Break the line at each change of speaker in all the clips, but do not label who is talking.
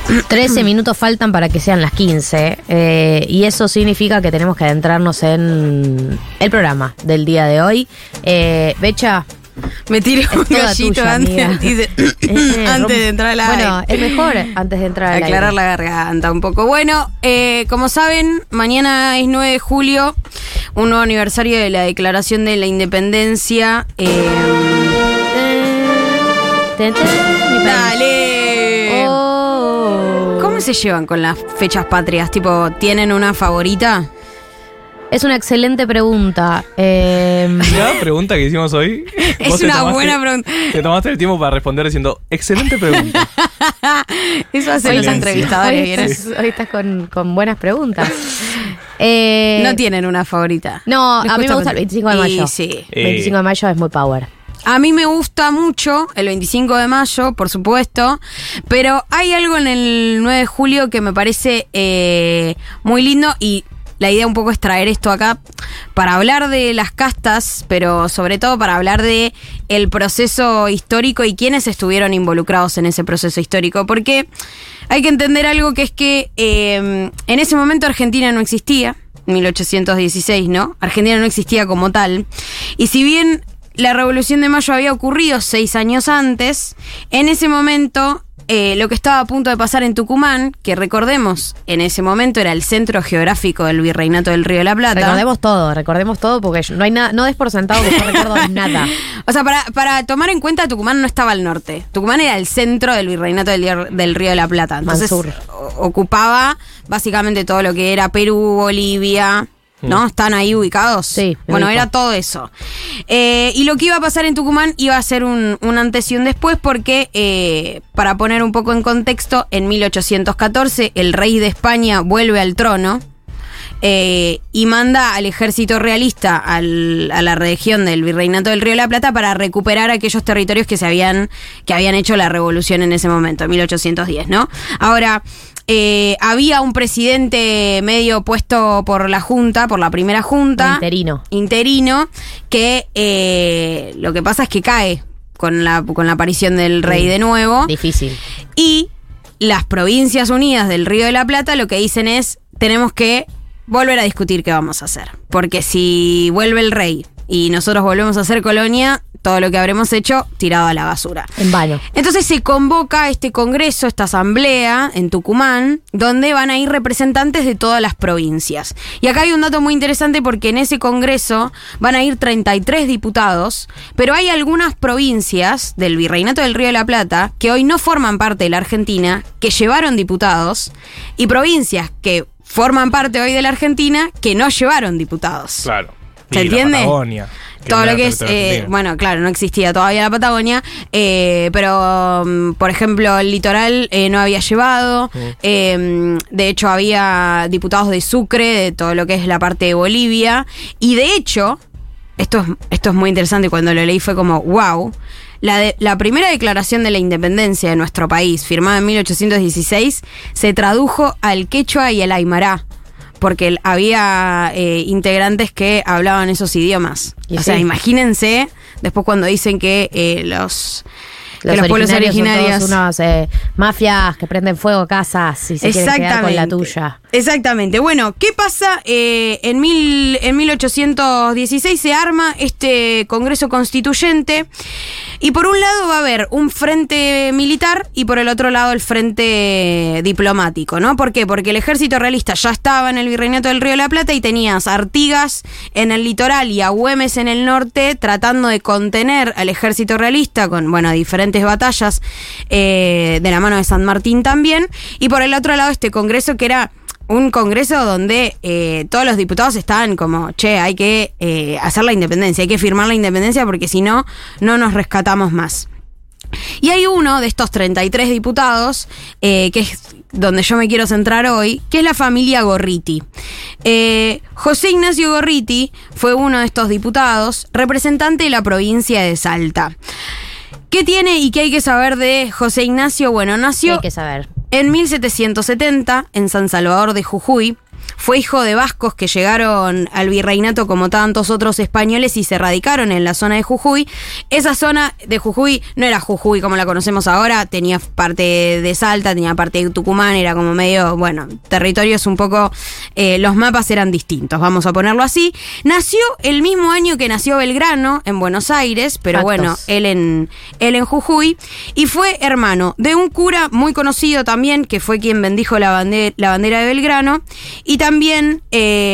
13 minutos faltan para que sean las 15 y eso significa que tenemos que adentrarnos en el programa del día de hoy. Becha,
me tiré un gallito antes de entrar al aire.
Bueno, es mejor antes de entrar al aire.
Aclarar la garganta un poco. Bueno, como saben, mañana es 9 de julio, un nuevo aniversario de la Declaración de la Independencia. ¡Dale! ¿Cómo se llevan con las fechas patrias? Tipo, ¿tienen una favorita?
Es una excelente pregunta.
La pregunta que hicimos hoy.
Es una buena pregunta.
Te tomaste el tiempo para responder diciendo, excelente pregunta.
Eso hacen los entrevistadores.
Hoy estás con buenas preguntas.
No tienen una favorita.
No, a mí me gusta el 25 de mayo.
Sí.
El 25 de mayo es muy power.
A mí me gusta mucho el 25 de mayo, por supuesto, pero hay algo en el 9 de julio que me parece muy lindo y la idea un poco es traer esto acá para hablar de las castas, pero sobre todo para hablar de el proceso histórico y quiénes estuvieron involucrados en ese proceso histórico. Porque hay que entender algo que es que en ese momento Argentina no existía, 1816, ¿no? Argentina no existía como tal. Y si bien la Revolución de Mayo había ocurrido 6 años antes, en ese momento lo que estaba a punto de pasar en Tucumán, que recordemos, en ese momento era el centro geográfico del Virreinato del Río de la Plata.
Recordemos todo, porque no hay nada, no des por sentado que yo recuerdo nada.
O sea, para tomar en cuenta, Tucumán no estaba al norte. Tucumán era el centro del Virreinato del Río de la Plata. Entonces, ocupaba básicamente todo lo que era Perú, Bolivia, ¿no? ¿Están ahí ubicados?
Sí.
Bueno, era todo eso. Y lo que iba a pasar en Tucumán iba a ser un antes y un después porque, para poner un poco en contexto, en 1814 el rey de España vuelve al trono y manda al ejército realista a la región del Virreinato del Río de la Plata para recuperar aquellos territorios que habían hecho la revolución en ese momento, en 1810, ¿no? Ahora, había un presidente medio puesto por la Junta, por la primera Junta. Interino, que lo que pasa es que cae con la aparición del rey de nuevo.
Difícil.
Y las Provincias Unidas del Río de la Plata lo que dicen es, tenemos que volver a discutir qué vamos a hacer. Porque si vuelve el rey y nosotros volvemos a ser colonia, todo lo que habremos hecho tirado a la basura.
En vano.
Entonces se convoca este congreso, esta asamblea en Tucumán, donde van a ir representantes de todas las provincias. Y acá hay un dato muy interesante porque en ese congreso van a ir 33 diputados, pero hay algunas provincias del Virreinato del Río de la Plata que hoy no forman parte de la Argentina, que llevaron diputados, y provincias que forman parte hoy de la Argentina que no llevaron diputados.
Claro.
¿Se entiende?
La Patagonia.
Todo lo que es, bueno, claro, no existía todavía la Patagonia, pero, por ejemplo, el litoral no había llevado, de hecho había diputados de Sucre, de todo lo que es la parte de Bolivia, y de hecho, esto es muy interesante, cuando lo leí fue como, wow, la primera declaración de la independencia de nuestro país, firmada en 1816, se tradujo al quechua y al aymara, porque había integrantes que hablaban esos idiomas. O sea, imagínense, después cuando dicen que los pueblos originarios
son todos unos mafias que prenden fuego casas y se quieren quedar con la tuya.
Exactamente. Bueno, ¿qué pasa? En 1816 se arma este Congreso Constituyente y por un lado va a haber un frente militar y por el otro lado el frente diplomático, ¿no? ¿Por qué? Porque el ejército realista ya estaba en el Virreinato del Río de la Plata y tenías a Artigas en el litoral y a Güemes en el norte tratando de contener al ejército realista con, bueno, diferentes batallas de la mano de San Martín también. Y por el otro lado este congreso que era un congreso donde todos los diputados estaban como, che, hay que hacer la independencia, hay que firmar la independencia porque si no, no nos rescatamos más. Y hay uno de estos 33 diputados, que es donde yo me quiero centrar hoy, que es la familia Gorriti. José Ignacio Gorriti fue uno de estos diputados, representante de la provincia de Salta. ¿Qué tiene y qué hay que saber de José Ignacio? Bueno, nació
¿Qué hay que saber?
En 1770, en San Salvador de Jujuy. fue hijo de vascos que llegaron al virreinato como tantos otros españoles y se radicaron en la zona de Jujuy. Esa zona de Jujuy no era Jujuy como la conocemos ahora, tenía parte de Salta, tenía parte de Tucumán, era como medio, bueno, territorios un poco, los mapas eran distintos, vamos a ponerlo así. Nació el mismo año que nació Belgrano, en Buenos Aires, pero
Factos.
bueno, él en Jujuy, y fue hermano de un cura muy conocido también, que fue quien bendijo la bandera de Belgrano, y también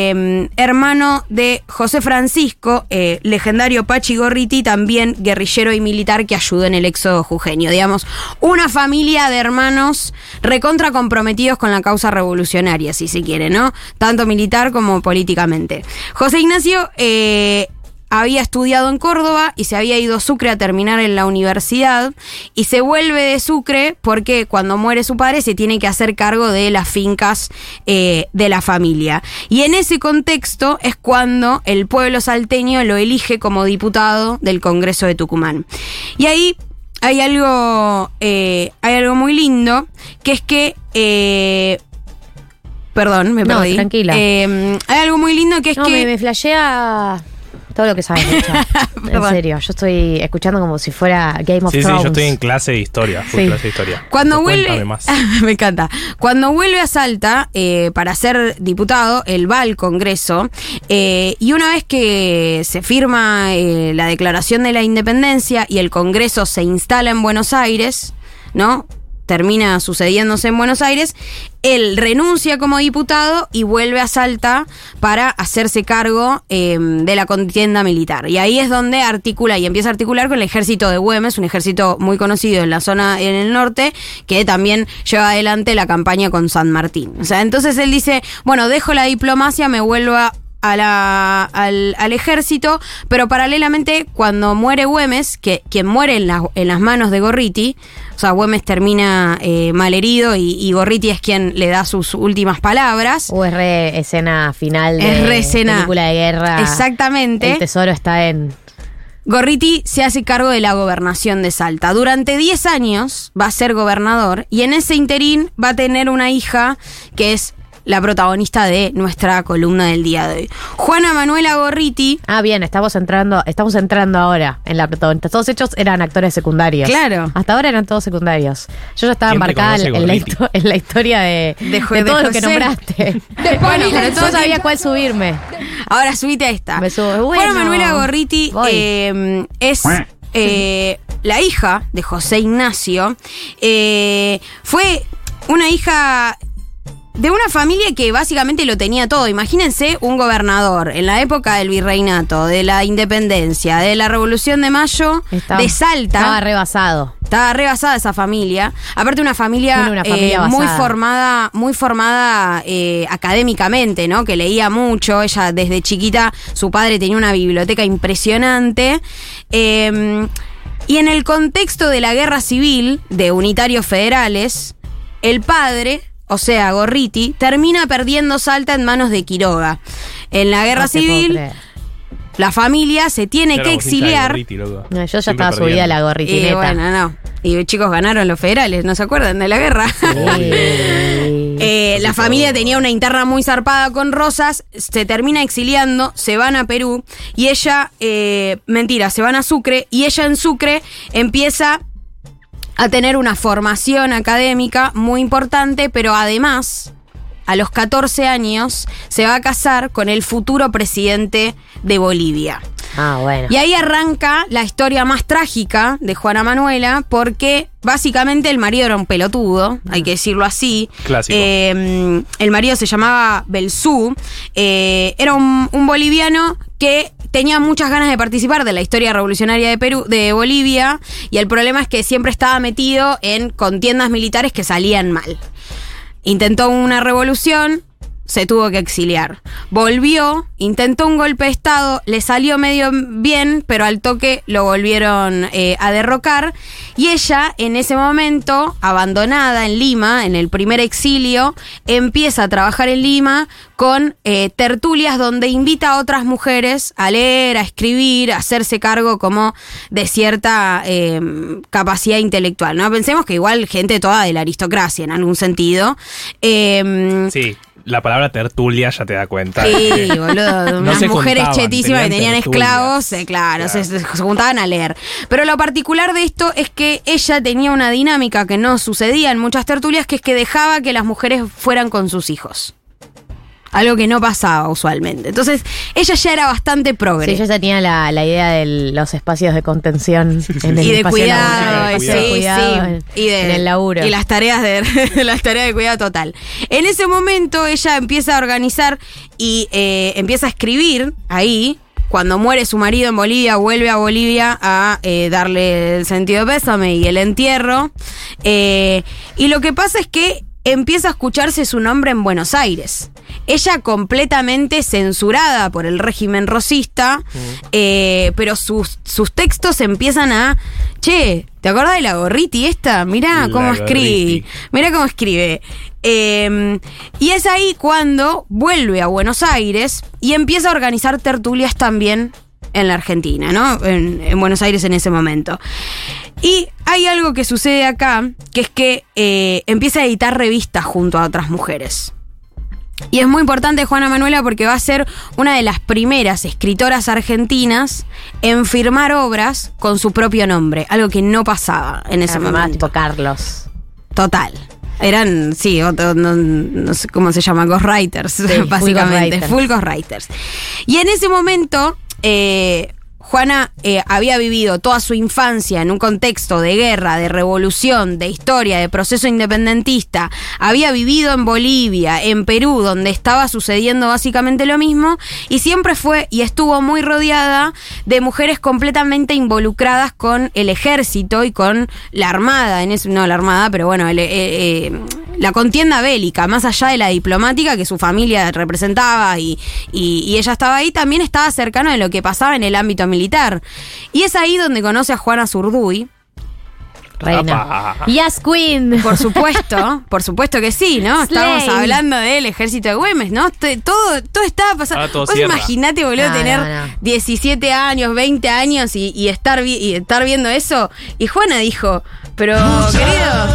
hermano de José Francisco, legendario Pachi Gorriti, también guerrillero y militar que ayudó en el éxodo jujeño. Digamos, una familia de hermanos recontra comprometidos con la causa revolucionaria, si se quiere, ¿no? Tanto militar como políticamente. José Ignacio había estudiado en Córdoba y se había ido a Sucre a terminar en la universidad y se vuelve de Sucre porque cuando muere su padre se tiene que hacer cargo de las fincas de la familia. Y en ese contexto es cuando el pueblo salteño lo elige como diputado del Congreso de Tucumán. Y ahí hay algo muy lindo, que es que... perdón, me perdí.
No, tranquila.
Hay algo muy lindo que es que...
me flashea todo lo que sabes, Mecha. En
Perdón.
serio, yo estoy escuchando como si fuera Game of
Sí,
Thrones.
yo estoy en clase de historia.
Sí.
Clase de historia.
Cuando
Pero
vuelve,
cuéntame más.
me encanta. Cuando vuelve a Salta para ser diputado, él va al Congreso y una vez que se firma la Declaración de la Independencia y el Congreso se instala en Buenos Aires, ¿no? Termina sucediéndose en Buenos Aires, él renuncia como diputado y vuelve a Salta para hacerse cargo de la contienda militar. Y ahí es donde articula y empieza a articular con el ejército de Güemes, un ejército muy conocido en la zona, en el norte, que también lleva adelante la campaña con San Martín. O sea, entonces él dice, bueno, dejo la diplomacia, me vuelvo al ejército, pero paralelamente cuando muere Güemes, quien muere en las manos de Gorriti, o sea, Güemes termina malherido y Gorriti es quien le da sus últimas palabras.
Es re escena final
Es
de
re escena.
película de guerra.
Exactamente.
El tesoro está en...
Gorriti se hace cargo de la gobernación de Salta. Durante 10 años va a ser gobernador y en ese interín va a tener una hija que es la protagonista de nuestra columna del día de hoy. Juana Manuela Gorriti.
Ah, bien, estamos entrando ahora en la protagonista. Todos hechos eran actores secundarios.
Claro.
Hasta ahora eran todos secundarios. Yo ya estaba
¿Quién te
embarcada
conoce,
en
Gorriti?
la historia de todo lo que
José.
nombraste.
Bueno, pero
Yo sabía cuál subirme.
Ahora subite a esta.
Me subo. Bueno,
Juana Manuela Gorriti
voy.
es la hija de José Ignacio. Fue una hija de una familia que básicamente lo tenía todo. Imagínense un gobernador en la época del virreinato, de la independencia, de la Revolución de Mayo, de Salta.
Estaba rebasado.
Estaba rebasada esa familia. Aparte una familia,
Tiene una familia
muy formada académicamente, ¿no? Que leía mucho. Ella desde chiquita, su padre tenía una biblioteca impresionante. Y en el contexto de la guerra civil de unitarios federales, el padre, o sea, Gorriti, termina perdiendo Salta en manos de Quiroga. En la guerra
No te puedo
civil,
creer.
la familia se tiene
Éramos
que
hinchas de
exiliar.
Gorriti, loco.
No, yo ya
Siempre
estaba subida a
perdiendo.
la
Y
gorritineta.
bueno, no. Y chicos, ganaron los federales, ¿no se acuerdan de la guerra? La familia tenía una interna muy zarpada con Rosas, se termina exiliando, se van a Perú y ella, se van a Sucre y ella en Sucre empieza a tener una formación académica muy importante, pero además, a los 14 años, se va a casar con el futuro presidente de Bolivia.
Ah, bueno.
Y ahí arranca la historia más trágica de Juana Manuela, porque básicamente el marido era un pelotudo, hay que decirlo así.
Clásico.
El marido se llamaba Belzú, era un boliviano que tenía muchas ganas de participar de la historia revolucionaria de Bolivia, y el problema es que siempre estaba metido en contiendas militares que salían mal. Intentó una revolución, se tuvo que exiliar. Volvió, intentó un golpe de estado, le salió medio bien, pero al toque lo volvieron a derrocar. Y ella, en ese momento, abandonada en Lima, en el primer exilio, empieza a trabajar en Lima con tertulias donde invita a otras mujeres a leer, a escribir, a hacerse cargo como de cierta capacidad intelectual, ¿no? Pensemos que igual gente toda de la aristocracia en algún sentido.
Sí. La palabra tertulia ya te da cuenta.
Sí, boludo. Unas
se
mujeres
juntaban,
chetísimas que tenían
tertulias.
esclavos, claro. Se juntaban a leer. Pero lo particular de esto es que ella tenía una dinámica que no sucedía en muchas tertulias, que es que dejaba que las mujeres fueran con sus hijos. Algo que no pasaba usualmente. Entonces, ella ya era bastante progre.
Sí, ella ya tenía la idea de los espacios de contención en el
Y de
espacio
cuidado,
laboral,
sí,
de cuidado
sí.
en el laburo.
Y las tareas las tareas de cuidado total. En ese momento ella empieza a organizar y empieza a escribir ahí. Cuando muere su marido en Bolivia, vuelve a Bolivia a darle el sentido pésame y el entierro. Y lo que pasa es que empieza a escucharse su nombre en Buenos Aires. Ella completamente censurada por el régimen rosista, pero sus textos empiezan a... Che, ¿te acordás de la Gorriti esta? Mirá cómo escribe. Mirá cómo escribe. Y es ahí cuando vuelve a Buenos Aires y empieza a organizar tertulias también en la Argentina, ¿no? En Buenos Aires en ese momento. Y hay algo que sucede acá, que es que empieza a editar revistas junto a otras mujeres. Y es muy importante Juana Manuela porque va a ser una de las primeras escritoras argentinas en firmar obras con su propio nombre, algo que no pasaba en ese momento.
Tipo Carlos.
Total. Eran, sí, no sé cómo se llama, ghostwriters, sí, básicamente, full ghostwriters. Y en ese momento, Juana había vivido toda su infancia en un contexto de guerra, de revolución, de historia, de proceso independentista. Había vivido en Bolivia, en Perú, donde estaba sucediendo básicamente lo mismo, y siempre fue y estuvo muy rodeada de mujeres completamente involucradas con el ejército y con la armada, no la armada, pero bueno, la contienda bélica, más allá de la diplomática que su familia representaba y ella estaba ahí, también estaba cercano de lo que pasaba en el ámbito militar. Y es ahí donde conoce a Juana Zurduy.
Reina. Yes, Queen.
Por supuesto que sí, ¿no?
Slay.
Estamos hablando del ejército de Güemes, ¿no? Todo estaba pasando. Vos imaginate, boludo, tener 17 años, 20 años y estar viendo eso. Y Juana dijo, pero querido,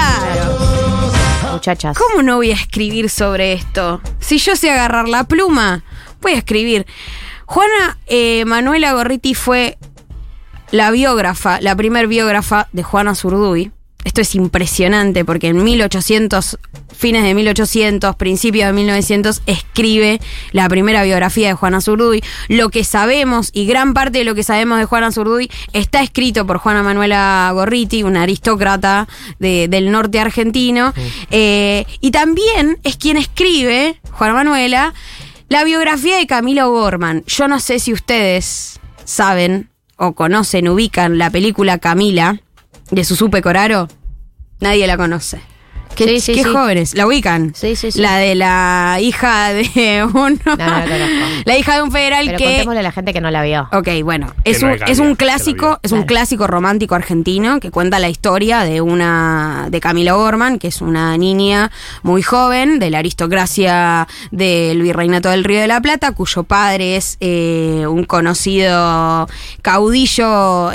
claro.
Muchachas.
¿Cómo no voy a escribir sobre esto? Si yo sé agarrar la pluma, voy a escribir. Juana Manuela Gorriti fue la primer biógrafa de Juana Zurduy. Esto es impresionante porque en 1800, fines de 1800, principios de 1900, escribe la primera biografía de Juana Zurduy. Lo que sabemos, y gran parte de lo que sabemos de Juana Zurduy, está escrito por Juana Manuela Gorriti, una aristócrata del norte argentino. Y también es quien escribe, Juana Manuela, la biografía de Camila O'Gorman. Yo no sé si ustedes saben o conocen, ubican la película Camila de Susupe Coraro. Nadie la conoce. Qué jóvenes, ¿la ubican?
Sí.
La de la hija de uno.
No la conozco.
La hija de un federal.
Pero
que...
contémosle a la gente que no la vio.
Ok, bueno. Es un clásico, un clásico romántico argentino que cuenta la historia de Camila O'Gorman, que es una niña muy joven de la aristocracia del Virreinato del Río de la Plata, cuyo padre es un conocido caudillo,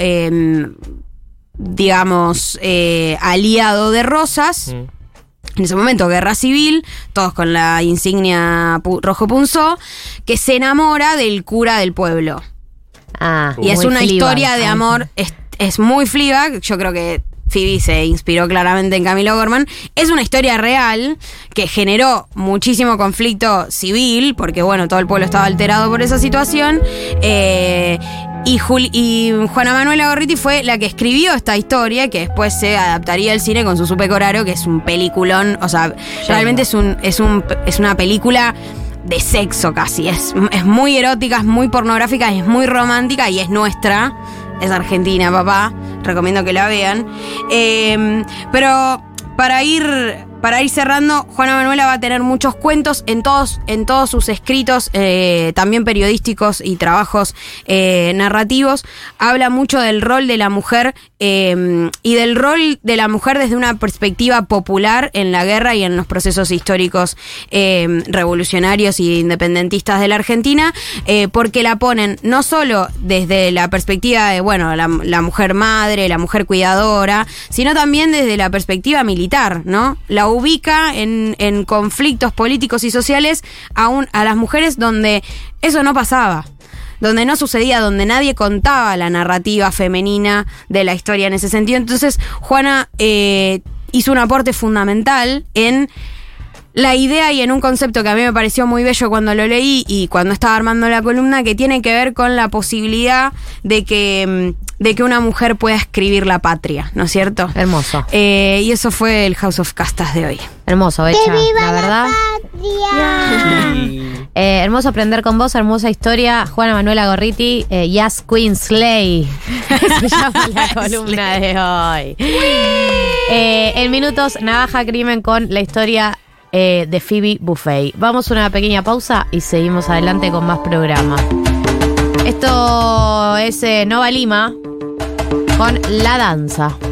digamos, aliado de Rosas. En ese momento, guerra civil, todos con la insignia rojo punzó, que se enamora del cura del pueblo. Y es una historia de amor, es muy Fleabag. Yo creo que Phoebe se inspiró claramente en Camila O'Gorman. Es una historia real que generó muchísimo conflicto civil, porque bueno, todo el pueblo estaba alterado por esa situación. Y Juana Manuela Gorriti fue la que escribió esta historia, que después se adaptaría al cine con Susupe Coraro, que es un peliculón. O sea, realmente es una película de sexo casi. Es muy erótica, es muy pornográfica, es muy romántica y es nuestra. Es argentina, papá. Recomiendo que la vean. Pero para ir para ir cerrando, Juana Manuela va a tener muchos cuentos en todos sus escritos, también periodísticos y trabajos narrativos. Habla mucho del rol de la mujer y del rol de la mujer desde una perspectiva popular en la guerra y en los procesos históricos revolucionarios y independentistas de la Argentina, porque la ponen no solo desde la perspectiva de, bueno, la mujer madre, la mujer cuidadora, sino también desde la perspectiva militar, ¿no? La ubica en conflictos políticos y sociales a las mujeres donde eso no pasaba, donde no sucedía, donde nadie contaba la narrativa femenina de la historia en ese sentido. Entonces, Juana hizo un aporte fundamental en la idea y en un concepto que a mí me pareció muy bello cuando lo leí y cuando estaba armando la columna, que tiene que ver con la posibilidad de que una mujer pueda escribir la patria, ¿no es cierto?
Hermoso.
Y eso fue el House of Castas de hoy.
Hermoso, Becha,
¡Que viva
la verdad.
patria!
Hermoso aprender con vos, hermosa historia. Juana Manuela Gorriti, Jazz Queen Slay. Se llama la columna de hoy. En minutos, Navaja Crimen con la historia de Phoebe Buffay. Vamos a una pequeña pausa y seguimos adelante con más programa. Esto es Nova Lima con La Danza.